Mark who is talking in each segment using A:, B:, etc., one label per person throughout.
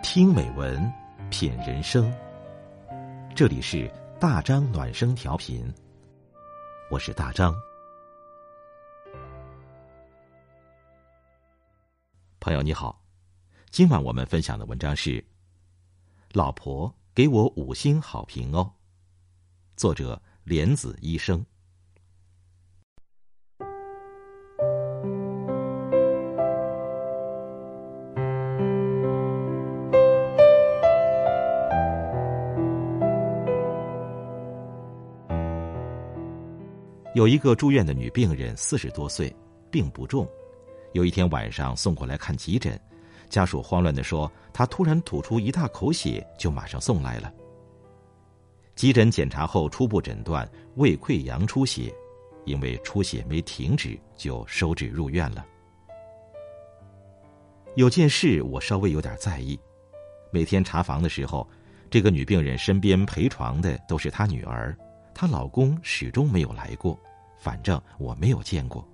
A: 听美文，品人生。这里是大张暖声调频，我是大张。朋友你好，今晚我们分享的文章是老婆给我5星好评哦，作者莲子医生。有一个住院的女病人40多岁，病不重。有一天晚上送过来看急诊，家属慌乱地说她突然吐出一大口血，就马上送来了。急诊检查后初步诊断胃溃疡出血，因为出血没停止，就收治入院了。有件事我稍微有点在意，每天查房的时候，这个女病人身边陪床的都是她女儿，她老公始终没有来过，反正我没有见过。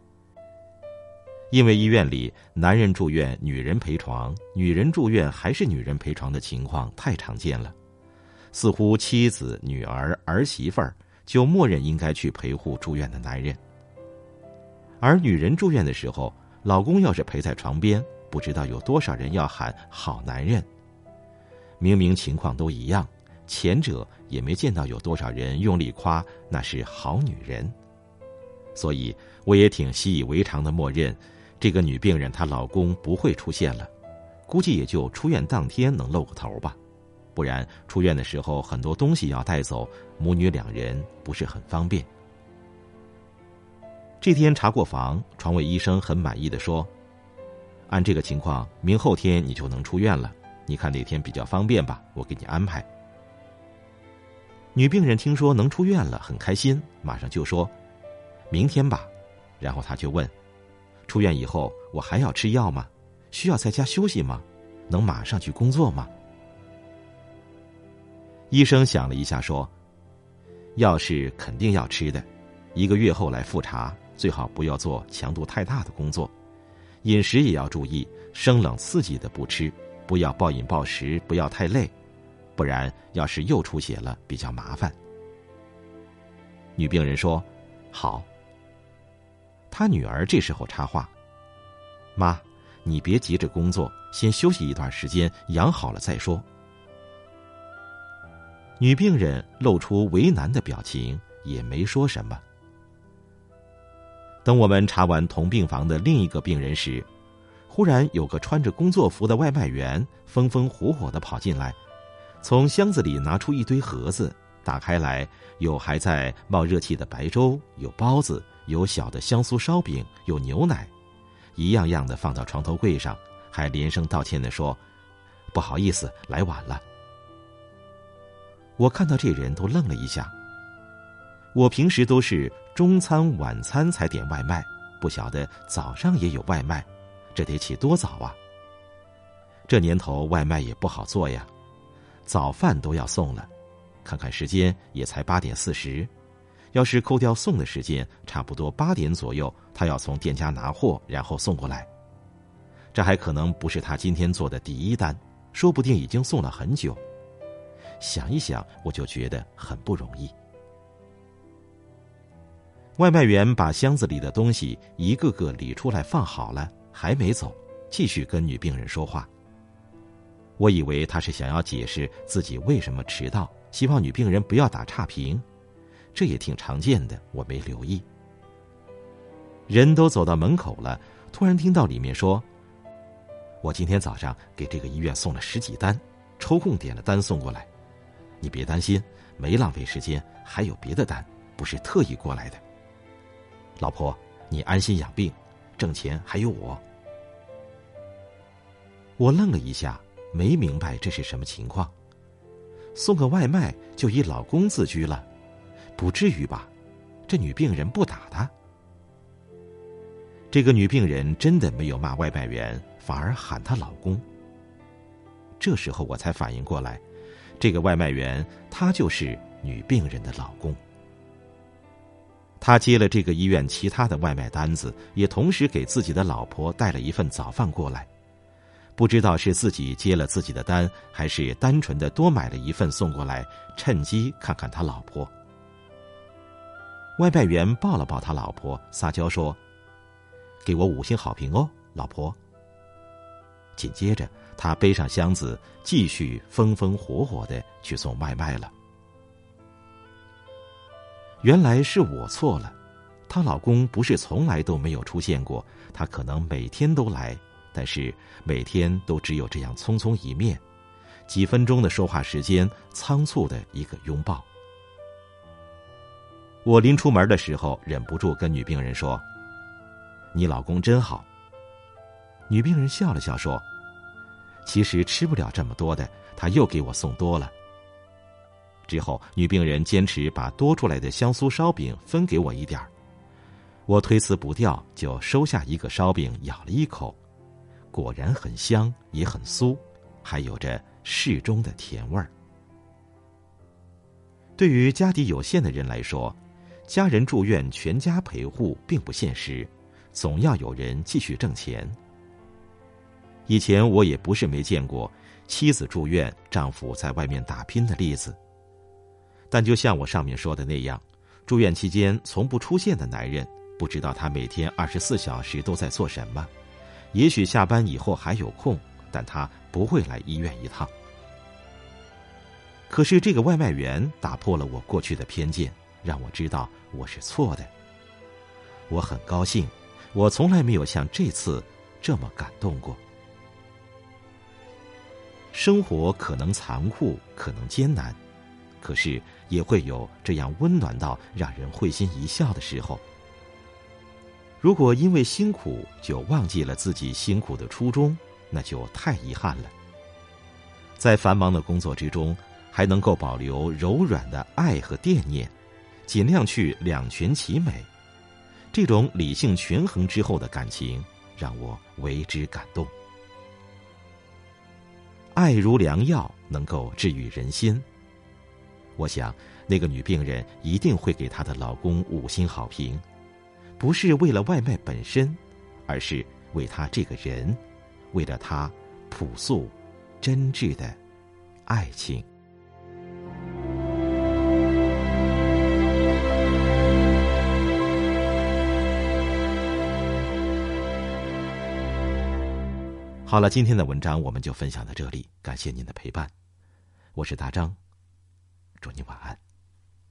A: 因为医院里男人住院女人陪床，女人住院还是女人陪床的情况太常见了，似乎妻子、女儿、儿媳妇儿就默认应该去陪护住院的男人。而女人住院的时候，老公要是陪在床边，不知道有多少人要喊好男人。明明情况都一样，前者也没见到有多少人用力夸那是好女人。所以我也挺习以为常的默认这个女病人她老公不会出现了，估计也就出院当天能露个头吧，不然出院的时候很多东西要带走，母女2人不是很方便。这天查过房，床位医生很满意的说，按这个情况明后天你就能出院了，你看哪天比较方便吧，我给你安排。女病人听说能出院了很开心，马上就说明天吧。然后她就问，出院以后我还要吃药吗？需要在家休息吗？能马上去工作吗？医生想了一下说，药是肯定要吃的，1个月后来复查，最好不要做强度太大的工作，饮食也要注意，生冷刺激的不吃，不要暴饮暴食，不要太累，不然要是又出血了比较麻烦。女病人说好。她女儿这时候插话，妈，你别急着工作，先休息一段时间，养好了再说。女病人露出为难的表情，也没说什么。等我们查完同病房的另一个病人时，忽然有个穿着工作服的外卖员风风火火地跑进来，从箱子里拿出一堆盒子，打开来有还在冒热气的白粥，有包子，有小的香酥烧饼，有牛奶，一样样的放到床头柜上，还连声道歉地说不好意思来晚了。我看到这人都愣了一下，我平时都是中餐晚餐才点外卖，不晓得早上也有外卖，这得起多早啊。这年头外卖也不好做呀，早饭都要送了，看看时间也才8点40，要是扣掉送的时间，差不多8点左右他要从店家拿货然后送过来，这还可能不是他今天做的第1单，说不定已经送了很久。想一想我就觉得很不容易。外卖员把箱子里的东西一个个理出来放好了，还没走，继续跟女病人说话。我以为他是想要解释自己为什么迟到，希望女病人不要打差评，这也挺常见的，我没留意。人都走到门口了，突然听到里面说，我今天早上给这个医院送了10几单，抽空点了单送过来，你别担心，没浪费时间，还有别的单，不是特意过来的。老婆，你安心养病，挣钱还有我。我愣了一下，没明白这是什么情况。送个外卖就以老公自居了，不至于吧？这女病人不打他。这个女病人真的没有骂外卖员，反而喊她老公。这时候我才反应过来，这个外卖员他就是女病人的老公。他接了这个医院其他的外卖单子，也同时给自己的老婆带了一份早饭过来。 不知道是自己接了自己的单，还是单纯的多买了一份送过来，趁机看看他老婆。外卖员抱了抱他老婆，撒娇说：“给我5星好评哦，老婆。”紧接着，他背上箱子，继续风风火火的去送外卖了。原来是我错了，她老公不是从来都没有出现过，他可能每天都来，但是每天都只有这样匆匆一面，几分钟的说话时间，仓促的一个拥抱。我临出门的时候，忍不住跟女病人说：“你老公真好。”女病人笑了笑说：“其实吃不了这么多的，他又给我送多了。”之后，女病人坚持把多出来的香酥烧饼分给我一点儿，我推辞不掉，就收下一个烧饼，咬了一口，果然很香，也很酥，还有着适中的甜味儿。对于家底有限的人来说，家人住院全家陪护并不现实，总要有人继续挣钱。以前我也不是没见过妻子住院，丈夫在外面打拼的例子。但就像我上面说的那样，住院期间从不出现的男人，不知道他每天24小时都在做什么。也许下班以后还有空，但他不会来医院一趟。可是这个外卖员打破了我过去的偏见，让我知道我是错的。我很高兴，我从来没有像这次这么感动过。生活可能残酷，可能艰难，可是也会有这样温暖到让人会心一笑的时候。如果因为辛苦就忘记了自己辛苦的初衷，那就太遗憾了。在繁忙的工作之中，还能够保留柔软的爱和惦念，尽量去两全其美，这种理性权衡之后的感情，让我为之感动。爱如良药，能够治愈人心。我想，那个女病人一定会给她的老公5星好评，不是为了外卖本身，而是为他这个人，为了他朴素、真挚的爱情。好了，今天的文章我们就分享到这里，感谢您的陪伴，我是大张，祝你晚安。